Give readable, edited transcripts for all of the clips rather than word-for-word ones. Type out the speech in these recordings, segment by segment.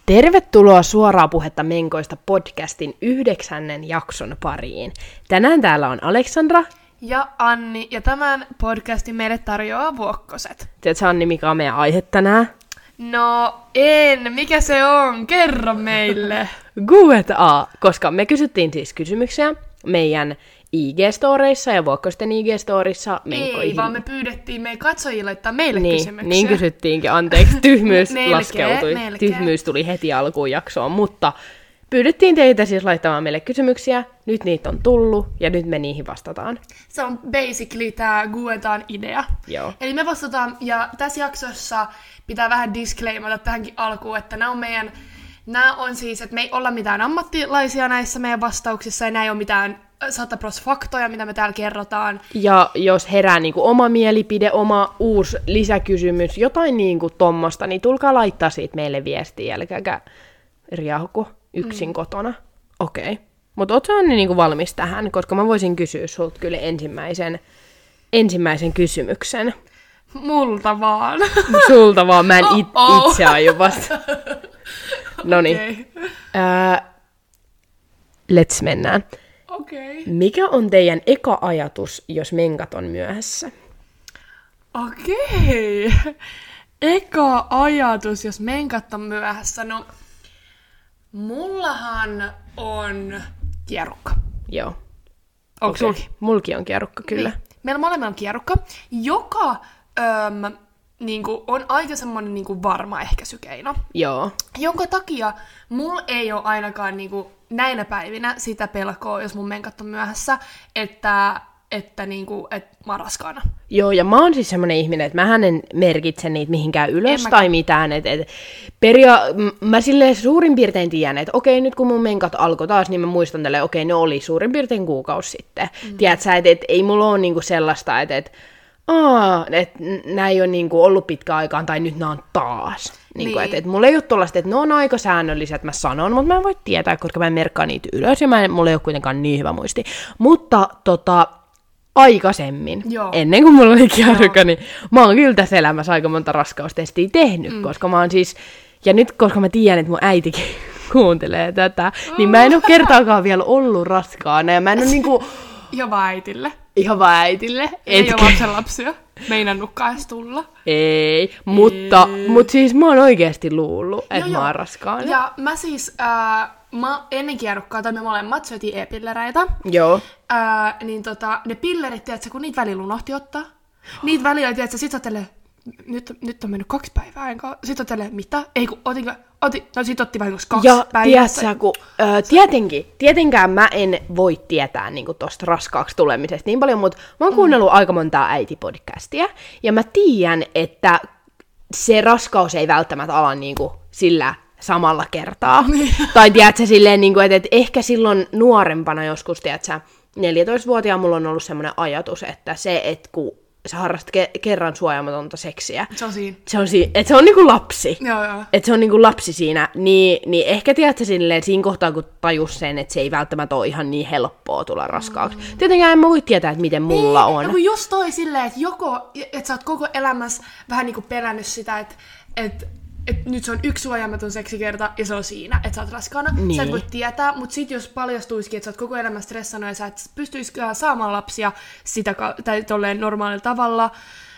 Tervetuloa Suoraa puhetta menkoista podcastin 9. jakson pariin. Tänään täällä on Aleksandra. Ja Anni, ja tämän podcastin meille tarjoaa Vuokkoset. Tiedätkö Anni, mikä on meidän aihe tänään? No en, mikä se on? Kerro meille. Q&A, koska me kysyttiin siis kysymyksiä meidän IG-storeissa ja Vuokkosten IG-storissa menkoihin. Ei, vaan me pyydettiin meidän katsojille laittaa meille kysymyksiä. Niin kysyttiinkin, anteeksi, tyhmyys laskeutui. Melkein. Tyhmyys tuli heti alkuun jaksoon, mutta pyydettiin teitä siis laittamaan meille kysymyksiä, nyt niitä on tullut ja nyt me niihin vastataan. Se on basically tää Q&A:n idea. Joo. Eli me vastataan, ja tässä jaksossa pitää vähän disclaimata tähänkin alkuun, että nämä on siis, että me ei olla mitään ammattilaisia näissä meidän vastauksissa, ja nämä ei ole mitään 100% faktoja, mitä me täällä kerrotaan. Ja jos herää niinku oma mielipide, oma uusi lisäkysymys, jotain niinku tommosta, niin tulkaa laittaa siitä meille viestiä, älkääkä riahuko yksin kotona. Okei. Mutta ootko Anni niinku valmis tähän, koska mä voisin kysyä sulta kyllä ensimmäisen kysymyksen. Multa vaan. Sulta vaan, mä en itse aio vasta. Noniin. Okay. Let's mennään. Okei. Mikä on teidän eka ajatus, jos menkat on myöhässä? Okei. Eka ajatus, jos menkat on myöhässä. No, mullahan on kierukka. Joo. Onko sulki? Mulki on kierukka, kyllä. Niin. Meillä molemmilla on kierukka, joka niinku, on aika semmoinen niinku varma ehkäisykeino. Joo. Jonka takia mulla ei ole ainakaan niinku, näinä päivinä sitä pelkoa, jos mun menkat on myöhässä, että mä oon raskaana. Joo, ja mä oon siis semmonen ihminen, että mähän en merkitse niitä mihinkään ylös tai mitään. Mä silleen suurin piirtein tiedän, että okei, nyt kun mun menkat alkoi taas, niin mä muistan tälleen, okei, ne oli suurin piirtein kuukausi sitten. Tiedätkö, että ei mulla ole niinku sellaista, että nää ei ole niinku ollut pitkään aikaan, tai nyt nää on taas. Niin. Että mulla ei ole tollaista, että ne on aika säännölliset, mä sanon, mutta mä en voi tietää, koska mä en merkkaa niitä ylös, ja mulla ei ole kuitenkaan niin hyvä muisti. Mutta aikaisemmin, ennen kuin mulla oli kierukka, niin mä oon kyllä tässä elämässä aika monta raskaustestiä tehnyt, koska mä oon siis, ja nyt koska mä tiedän, että mun äitikin kuuntelee tätä, niin mä en ole kertaakaan vielä ollut raskaana, ja mä en ole niinku... Ihan vaan äitille. Ihan vaan äitille. Ei ole lapsenlapsia. Meinannutkaan edes tulla. Ei, mutta siis mä oon oikeesti luullut, että mä oon raskaana. Ja mä siis, mä ennen kierukkaa, tai me molemmat syötiin e-pillereitä. Joo. Niin ne pillerit, tiedätkö, kun niitä välillä unohti ottaa. Niitä välillä, tiedätkö, sit sä nyt on mennyt 2 päivää, enkä sit otelee, mitä? Ei kun, no sit otti vain 2 päivää. Ja tiedätkö, kun, tietenkään mä en voi tietää niin tosta raskaaksi tulemisesta niin paljon, mutta mä oon kuunnellut aika montaa äitipodcastia, ja mä tiedän, että se raskaus ei välttämättä ala niin kuin sillä samalla kertaa. Tai tiedätkö, silleen, niin kuin, että ehkä silloin nuorempana joskus, tiedätkö, 14-vuotiaan mulla on ollut semmoinen ajatus, että se, että kun sä harrastat kerran suojaamatonta seksiä. Se on siinä. Että se on niinku lapsi. Joo. Että se on niinku lapsi siinä. Niin ehkä tiedätkö silleen, siinä kohtaa, kun tajus sen, että se ei välttämättä ole ihan niin helppoa tulla raskaaksi. Tietenkään en mä voi tietää, että miten mulla on. No kun just toi silleen, että sä oot koko elämässä vähän niinku pelännyt sitä, että nyt se on 1 suojaamaton seksikerta ja se on siinä, että sä oot raskaana. Niin. Sä et voi tietää, mutta sit jos paljastuisikin, että sä oot koko elämä stressannut ja sä et pystyisikään saamaan lapsia tai tolleen normaalilla tavalla,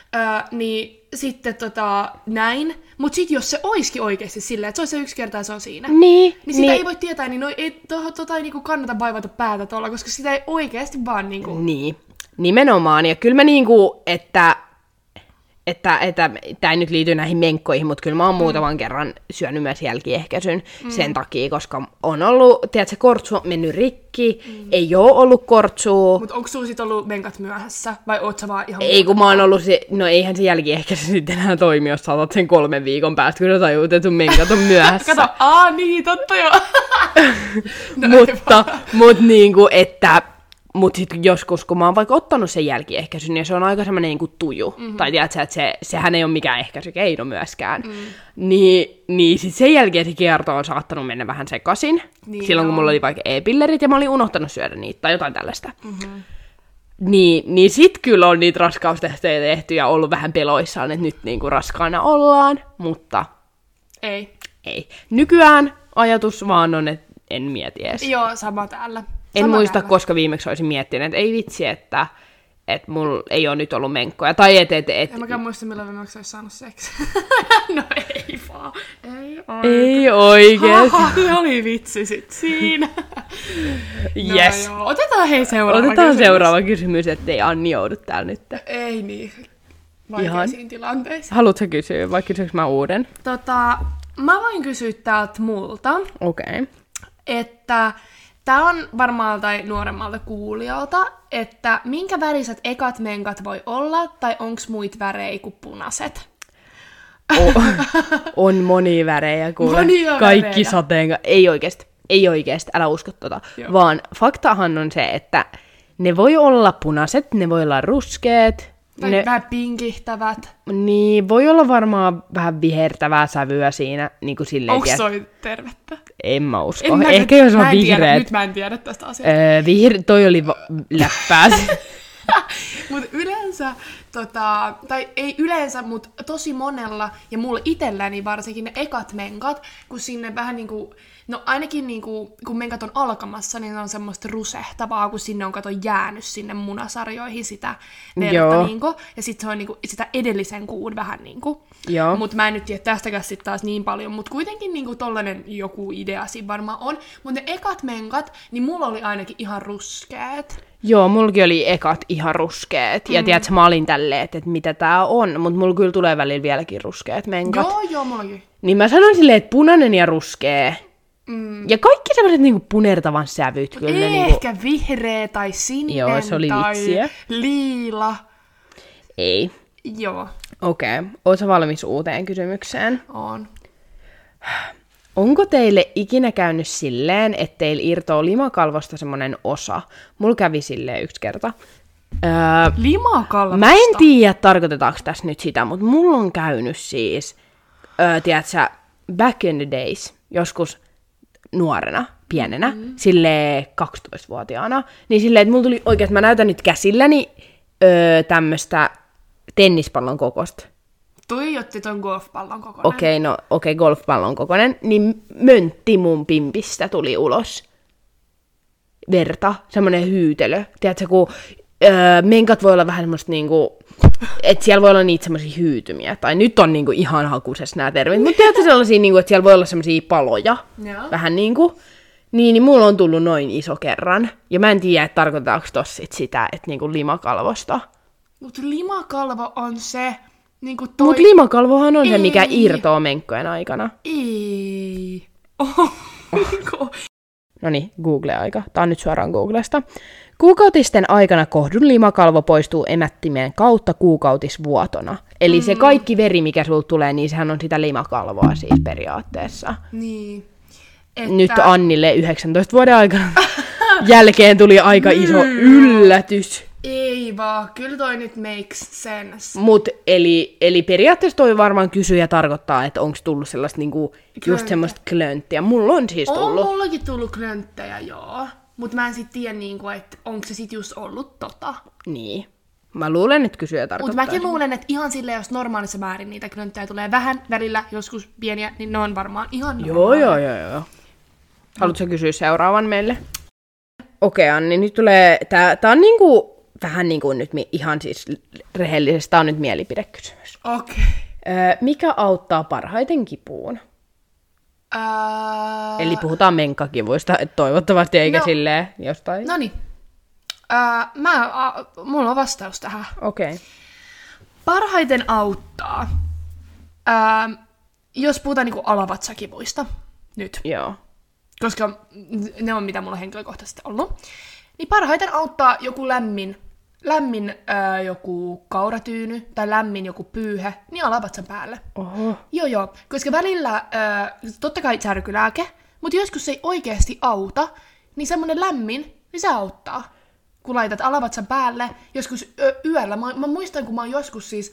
niin sitten näin. Mutta sit jos se oiskin oikeasti silleen, että se olisi se 1 kerta ja se on siinä, niin sitä ei voi tietää, niin ei niinku kannata vaivata päätä tuolla, koska sitä ei oikeasti vaan niinku... Niin, nimenomaan. Ja kyllä mä niinku, että tämä ei nyt liity näihin menkkoihin, mutta kyllä mä oon muutaman kerran syönyt myös jälkiehkäisyn sen takia, koska on ollut, tiedätkö, kortsu on mennyt rikki, ei oo ollut kortsua. Mutta onko sulla sit ollut menkat myöhässä, vai oot sä vaan ihan... Ei, kun mä oon ollut no eihän se jälkiehkäisy sitten enää toimi, jos sä otat sen 3 viikon päästä, kun sä tajuut, että sun menkat on myöhässä. Kato, niin, totta jo. No, mutta niinku, että... Mutta sitten joskus, kun mä oon vaikka ottanut sen jälkiehkäisyn, niin se on aika semmoinen niinku tuju. Tai tiedätkö, että sehän ei ole mikään ehkäisykeino myöskään. Niin sit sen jälkeen se kierto on saattanut mennä vähän sekaisin. Niin silloin, kun mulla oli vaikka e-pillerit ja mä olin unohtanut syödä niitä tai jotain tällaista. Niin sit kyllä on niitä raskaustestejä tehty ja ollut vähän peloissaan, että nyt niinku raskaana ollaan. Mutta ei. Ei. Nykyään ajatus vaan on, että en mieti edes. Joo, sama täällä. En muista, koska viimeksi olisin miettinyt, että ei vitsi, että mulla ei ole nyt ollut menkkoja. Tai en mäkään muista, milloin viimeksi olisi saanut seksi. No ei vaan. Ei oikeesti. Se oli vitsi sit siinä. Yes. No joo. Otetaan seuraava kysymys, ettei Anni joudu täällä nyt. Ei niin. Vaikeisiin tilanteisiin. Haluatko kysyä vai kysyykö mä uuden? Mä voin kysyä täältä multa. Okei. Että tää on varmaan tai nuoremmalta kuulijalta, että minkä väriset ekat menkat voi olla, tai onks muit värejä kuin punaiset? On monia värejä, kuule. Monia kaikki sateenka. Ei oikeesti, älä usko tota. Joo. Vaan faktahan on se, että ne voi olla punaiset, ne voi olla ruskeat. Tai vähän pinkihtävät. Niin, voi olla varmaan vähän vihertävää sävyä siinä. Niin kuin silleen, onks toi tervettä? En mä usko. Ehkä jos on vihreät. Nyt mä en tiedä tästä asiasta. Toi oli läppää. Mut yleensä, tai ei yleensä, mutta tosi monella, ja mulla itselläni varsinkin ne ekat menkat, kun sinne vähän niinku, no ainakin niinku, kun menkat on alkamassa, niin ne on semmoista rusehtavaa, kun sinne on jäänyt sinne munasarjoihin sitä verta niinku, ja sit se on niinku sitä edellisen kuun vähän niinku. Mut mä en nyt tiedä tästäkään sit taas niin paljon, mut kuitenkin niinku tollanen joku idea siinä varmaan on. Mut ne ekat menkat, niin mulla oli ainakin ihan ruskeet. Joo, mullakin oli ekat ihan ruskeet. Ja tiedätkö, mä olin tälleen, että mitä tää on. Mutta mulla kyllä tulee välillä vieläkin ruskeet menkat. Joo, mullakin. Niin mä sanoin silleen, että punainen ja ruskea. Ja kaikki sellaiset niinku punertavan sävyt. Kyllä ehkä vihreä tai sininen. Joo, se oli tai vitsiä. Liila. Ei. Joo. Okei. Ootko valmis uuteen kysymykseen? Oon. Onko teille ikinä käynyt silleen, että teillä irtoaa limakalvosta semmonen osa? Mulla kävi silleen yksi kerta. Limakalvosta? Mä en tiedä, tarkoitetaanko tässä nyt sitä, mutta mulla on käynyt siis, tiedätkö, back in the days, joskus nuorena, pienenä, silleen 12-vuotiaana, niin silleen, että mulla tuli oikein, mä näytän nyt käsilläni tämmöstä tennispallon kokosta. Tuijotti ton golfpallon kokoinen. Okei, golfpallon kokoinen. Niin möntti mun pimpistä tuli ulos. Verta, semmonen hyytelö. Tiedätkö, kun menkat voi olla vähän semmoista niinku, että siellä voi olla niitä semmosia hyytymiä. Tai nyt on niinku ihan hakusessa nämä termit. Mutta tiedätkö sellaisia, niinku, että siellä voi olla semmosia paloja. Joo. Vähän niinku. Niin mulla on tullut noin iso kerran. Ja mä en tiedä, että tarkoitaanko tossa sitä, että niinku limakalvosta. Mutta limakalvo on se... Niinku Mut limakalvohan on se, mikä irtoaa menkkojen aikana. Ei. Noniin, Google-aika. Tää on nyt suoraan Googlesta. Kuukautisten aikana kohdun limakalvo poistuu emättimeen kautta kuukautisvuotona. Eli se kaikki veri, mikä sulta tulee, niin sehän on sitä limakalvoa siis periaatteessa. Niin. Nyt Annille 19 vuoden aikana jälkeen tuli aika iso yllätys. Ei vaan, kyllä toi nyt makes sense. Mut eli periaatteessa toi varmaan kysyjä tarkoittaa, että onko tullut sellaista niinku, just semmoista klönttiä. Mulla on siis tullut. On mullakin tullut klönttejä, joo. Mut mä en sit tiedä, niinku, että onko se sit just ollut tota. Niin. Mä luulen, että kysyjä tarkoittaa. Mut mäkin luulen, että ihan silleen, jos normaalissa määrin niitä klönttejä tulee vähän välillä, joskus pieniä, niin ne on varmaan ihan normaaleja. Joo. Haluatko kysyä seuraavan meille? Okei, Anni, nyt tulee... Tää on niinku... Vähän niin kuin nyt ihan siis rehellisesti, tämä on nyt mielipidekysymys. Okei. Mikä auttaa parhaiten kipuun? Eli puhutaan menkkakivuista, toivottavasti eikä silleen jostain. Noniin. Mulla on vastaus tähän. Okei. Parhaiten auttaa, jos puhutaan niinku alavatsakivuista nyt. Joo. Koska ne on mitä mulla henkilökohtaisesti ollut. Niin parhaiten auttaa joku lämmin joku kauratyyny tai lämmin joku pyyhe, niin alavatsan päälle. Oho. Joo, koska välillä, totta kai särkylääke, mutta joskus se ei oikeasti auta, niin semmonen lämmin, niin se auttaa. Kun laitat alavatsan päälle, joskus yöllä, mä muistan, kun mä oon joskus siis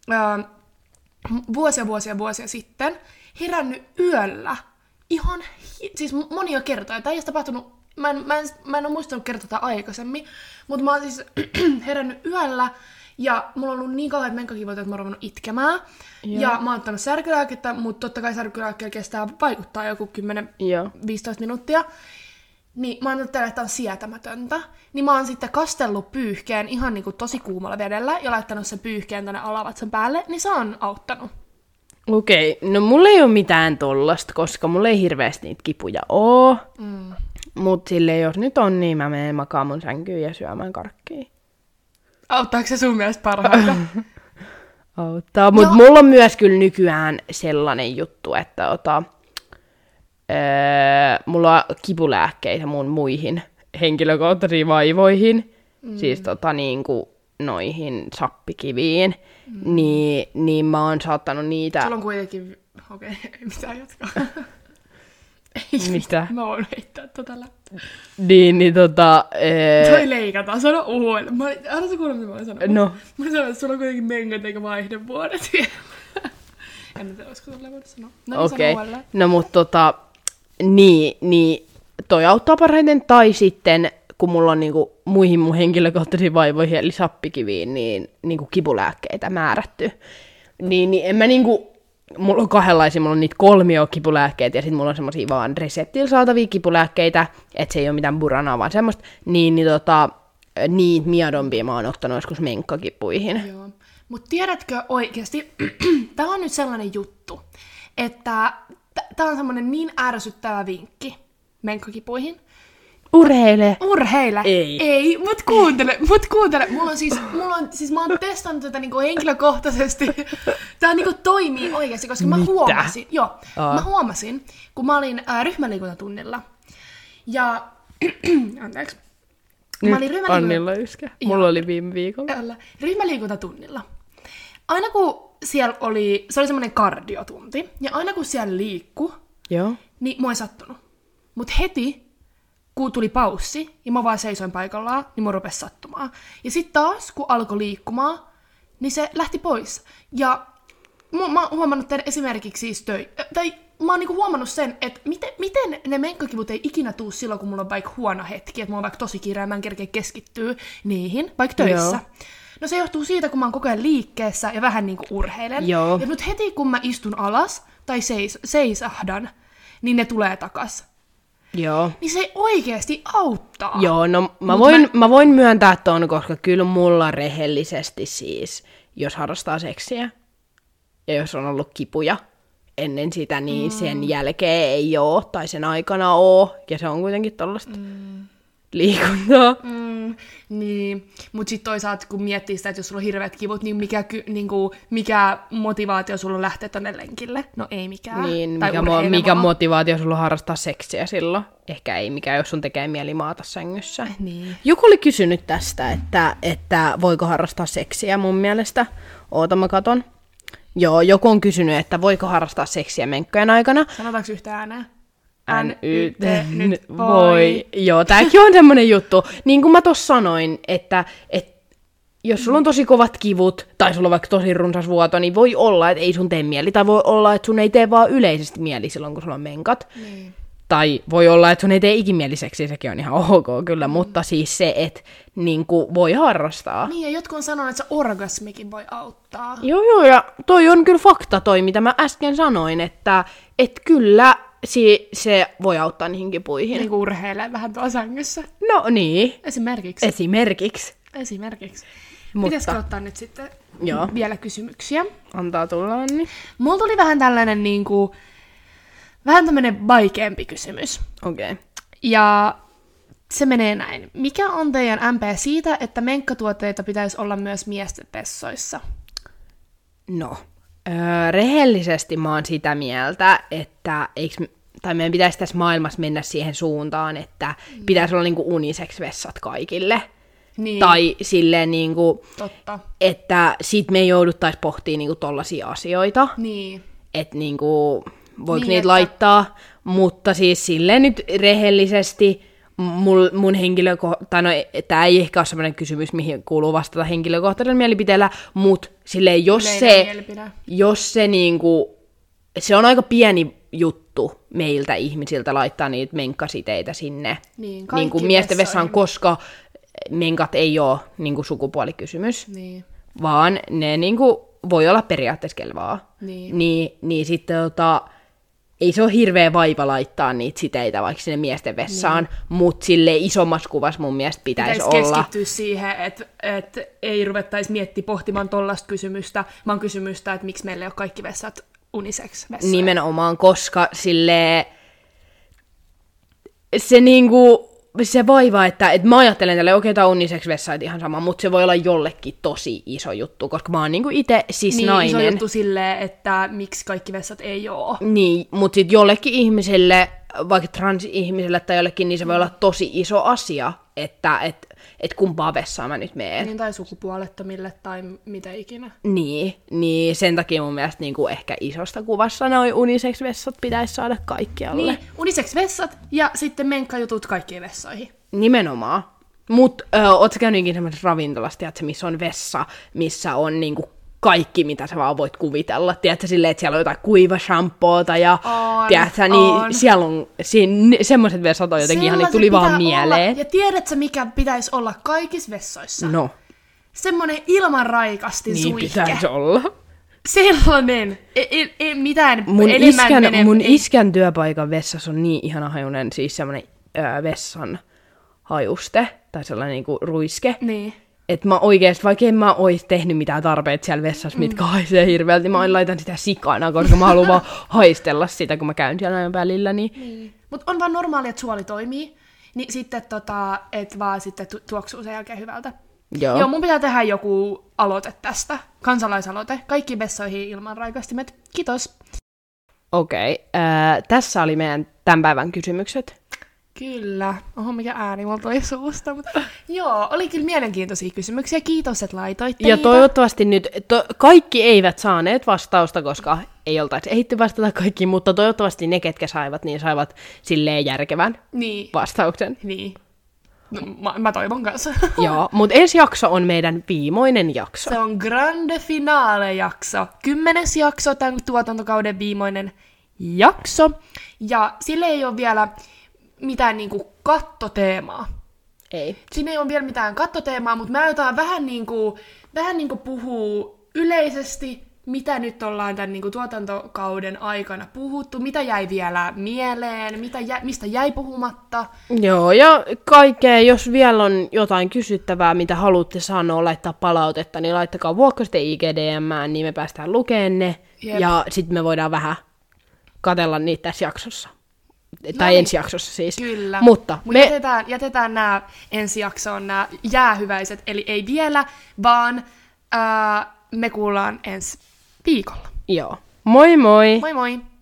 vuosia sitten herännyt yöllä, ihan siis monia kertoja, tai ei ole tapahtunut. Mä en ole muistanut kertoa tätä aikaisemmin, mutta mä oon siis herännyt yöllä Ja mulla on ollut niin kauheat menkkakivut, että mä oon ruvennut itkemään. Ja mä oon ottanut särkylääkettä, mutta totta kai särkylääkkeellä kestää vaikuttaa joku 10-15 minuuttia. Niin mä oon ajatellut, että on sietämätöntä. Niin mä oon sitten kastellut pyyhkeen ihan niinku tosi kuumalla vedellä ja laittanut sen pyyhkeen tonne alavatsan päälle, niin se on auttanut. Okei, no mulla ei ole mitään tollasta, koska mulla ei hirveästi niitä kipuja oo. Mut silleen, jos nyt on, niin mä menen makaan mun sänkyyn ja syömään karkkia. Auttaako se sun mielestä parhaita? Auttaa, mut mulla on myös kyllä nykyään sellainen juttu, että mulla on kipulääkkeitä mun muihin henkilökohtaisiin vaivoihin, siis niinku noihin sappikiviin, niin mä oon saattanut niitä... Sulla on kuitenkin... Okei, ei mitään jatkaa. Mitä? Mä voin heittää tota läpi. Toi leikataan, sano uudelleen. Arvoisa kuulla, mitä mä oon sanonut. No. Mä sanoin, että sulla on kuitenkin menkat eikä vaihdevuodet vielä. En tiedä, olisiko sulle voinut sanoa. No okei. No mut niin toi auttaa parhaiten, tai sitten kun mulla on niinku muihin mun henkilökohtaisiin vaivoihin, eli sappikiviin, niin niinku kipulääkkeitä määrätty. Niin en mä niinku, mulla on kahdenlaisia, mulla on niitä 3 kipulääkkeitä, ja sitten mulla on semmosia vaan reseptillä saatavia kipulääkkeitä, että se ei ole mitään buranaa, vaan semmoista, niitä miedompia mä oon ottanut joskus menkkakipuihin. Joo. Mut tiedätkö oikeesti, tää on nyt sellainen juttu, että tää on semmonen niin ärsyttävä vinkki menkkakipuihin. Urheile. Ei, mut kuuntele. Mä oon testannut tätä niinku henkilökohtaisesti. Tää niinku toimii oikeesti, koska mä huomasin. Mä huomasin, kun mä olin ryhmäliikuntatunnilla. Ja, anteeksi. Mä olin Annilla yskä. Mulla oli viime viikolla. Ryhmäliikuntatunnilla. Aina kun siellä oli, se oli semmonen kardiotunti, ja aina kun siellä liikkui, niin mua ei sattunut. Mut heti, kun tuli paussi, ja mä vaan seisoin paikallaan, niin mun rupesi sattumaan. Ja sit taas, kun alkoi liikkumaan, niin se lähti pois. Ja mä oon huomannut esimerkiksi siis mä oon niinku huomannut sen, että miten ne menkkakivut ei ikinä tuu silloin, kun mulla on vaikka huono hetki, että mulla on vaikka tosi kiire ja mä en kerkeä keskittyä niihin, vaikka töissä. Joo. No se johtuu siitä, kun mä oon koko ajan liikkeessä ja vähän niinku urheilen. Joo. Ja nyt heti, kun mä istun alas tai seisahdan, niin ne tulee takas. Joo. Niin se oikeesti auttaa. Joo, no mä voin myöntää ton, koska kyllä mulla rehellisesti siis, jos harrastaa seksiä ja jos on ollut kipuja ennen sitä, niin sen jälkeen ei oo, tai sen aikana oo, ja se on kuitenkin tollaista liikuntaa. Niin, mutta sitten toisaalta kun miettii sitä, että jos sulla on hirveät kivut, niin mikä motivaatio sulla on lähteä tonne lenkille? No ei mikään. Niin, mikä motivaatio sulla on harrastaa seksiä silloin? Ehkä ei mikään, jos sun tekee mieli maata sängyssä. Niin. Joku oli kysynyt tästä, että voiko harrastaa seksiä mun mielestä. Oota, mä katon. Joo, joku on kysynyt, että voiko harrastaa seksiä menkkojen aikana. Sanotaanko yhtä ääneen? NYT, nyt voi. Joo, tääkin on semmonen juttu. Niin kuin mä tossa sanoin, että jos sulla on tosi kovat kivut, tai sulla on vaikka tosi runsas vuoto, niin voi olla, että ei sun tee mieli. Tai voi olla, että sun ei tee vaan yleisesti mieli silloin, kun sulla on menkat. Niin. Tai voi olla, että sun ei tee ikimieliseksi, sekin on ihan ok kyllä, mutta siis se, että niin kuin voi harrastaa. Niin, ja jotkut on sanonut, että se orgasmikin voi auttaa. Joo, ja toi on kyllä fakta toi, mitä mä äsken sanoin, että kyllä se voi auttaa niihin kipuihin. Niin kuin urheilee vähän tuolla sängyssä. No niin. Esimerkiksi. Pitäisikö ottaa nyt sitten vielä kysymyksiä? Antaa tulla, Anni. Mulla tuli vähän tällainen niinku... Vähän tämmönen vaikeampi kysymys. Okei. Okay. Ja se menee näin. Mikä on teidän MP siitä, että menkkatuotteita pitäisi olla myös miesten vessoissa? No, rehellisesti mä oon sitä mieltä, että meidän pitäisi tässä maailmassa mennä siihen suuntaan, että pitäisi olla niinku unisex-vessat kaikille. Niin. Tai silleen niinku, että sit me ei jouduttaisi pohtimaan niinku tollaisia asioita. Niin. Että niinku... Voiko niitä laittaa, mutta siis silleen nyt rehellisesti mun no tää ei ehkä ole sellainen kysymys, mihin kuuluu vastata henkilökohtaisella mielipiteellä, mutta silleen jos se niinku, se on aika pieni juttu meiltä ihmisiltä laittaa niitä menkkasiteitä sinne niinku miesten vessaan, koska menkat ei ole niinku sukupuolikysymys. Niin. vaan ne niinku voi olla periaatteessa kelvaa. Niin sitten ei se ole hirveä vaiva laittaa niitä siteitä vaikka sinne miesten vessaan, mutta sille isommassa kuvassa mun mielestä pitäisi olla. Keskittyä siihen, että ei ruvettaisi pohtimaan tollaista kysymystä, vaan kysymystä, että miksi meillä ei ole kaikki vessat unisex-vessoja. Nimenomaan, koska se niinku, se vaiva, että mä ajattelen tälle, okei, tää on unisex-vessa, että ihan sama, mutta se voi olla jollekin tosi iso juttu, koska mä oon niinku ite nainen. Iso juttu silleen, että miksi kaikki vessat ei oo. Niin, mutta sit jollekin ihmiselle, vaikka transihmiselle tai jollekin, niin se voi olla tosi iso asia, että kumpaa vessaa mä nyt meen. Niin, tai sukupuolettomille tai mitä ikinä. Niin sen takia mun mielestä niinku ehkä isosta kuvassa noi unisex-vessat pitäisi saada kaikkialle. Niin, unisex-vessat ja sitten menkkajutut kaikkiin vessoihin. Nimenomaan. Mut ootko käynyt ikinä semmoisessa ravintolassa, tiedätkö, missä on vessa, missä on niinku kaikki, mitä sä vaan voit kuvitella. Tiedätkö, silleen, että siellä on jotain kuivashampoota ja tiedätkö, niin siellä on semmoiset vessat on jotenkin ihan, niin tuli vaan mieleen. Ja tiedätkö, mikä pitäisi olla kaikissa vessoissa? No. Semmoinen ilman raikastin niin suihke. Niin pitäisi olla. Sellainen. Ei mitään enemmän mun iskän työpaikan vessassa on niin ihana hajunen, siis semmoinen vessan hajuste, tai sellainen niinku ruiske. Niin. Että mä oikeesti, vaikka en mä ois tehnyt mitään tarpeita siellä vessassa, mitkä haisee hirveältä, mä laitan sitä sikana, koska mä haluan vaan haistella sitä, kun mä käyn siellä aina välillä. Niin. Mut on vaan normaali, että suoli toimii, niin sitten et vaan sitten tuoksuu sen jälkeen hyvältä. Joo, mun pitää tehdä joku aloite tästä, kansalaisaloite, kaikki vessoihin ilman raikastimet. Kiitos. Okei, tässä oli meidän tämän päivän kysymykset. Kyllä. Oho, mikä ääni mulla toi suusta. Mutta joo, oli kyllä mielenkiintoisia kysymyksiä. Kiitos, että laitoitte ja niitä. Toivottavasti nyt, kaikki eivät saaneet vastausta, koska ei oltaisi ehditty vastata kaikkiin, mutta toivottavasti ne, ketkä saivat, niin saivat silleen järkevän vastauksen. Niin. No, mä toivon kanssa. Joo, mutta ensi jakso on meidän viimeinen jakso. Se on grande finale jakso. 10. jakso, tämän tuotantokauden viimeinen jakso. Ja sille ei ole vielä mitään niinku kattoteemaa. Ei. Siinä ei ole vielä mitään kattoteemaa, mutta mä aiotaan vähän niinku puhua yleisesti, mitä nyt ollaan tämän niinku tuotantokauden aikana puhuttu, mitä jäi vielä mieleen, mistä jäi puhumatta. Joo, ja kaikkea, jos vielä on jotain kysyttävää, mitä haluatte sanoa, laittaa palautetta, niin laittakaa vuokko sitten IGDMään, niin me päästään lukemaan ne, ja sitten me voidaan vähän katsella niitä tässä jaksossa. Tai ensi jaksossa siis. Kyllä. Mutta jätetään nämä ensi jaksoon nämä jäähyväiset, eli ei vielä, vaan me kuullaan ensi viikolla. Joo. Moi moi! Moi moi!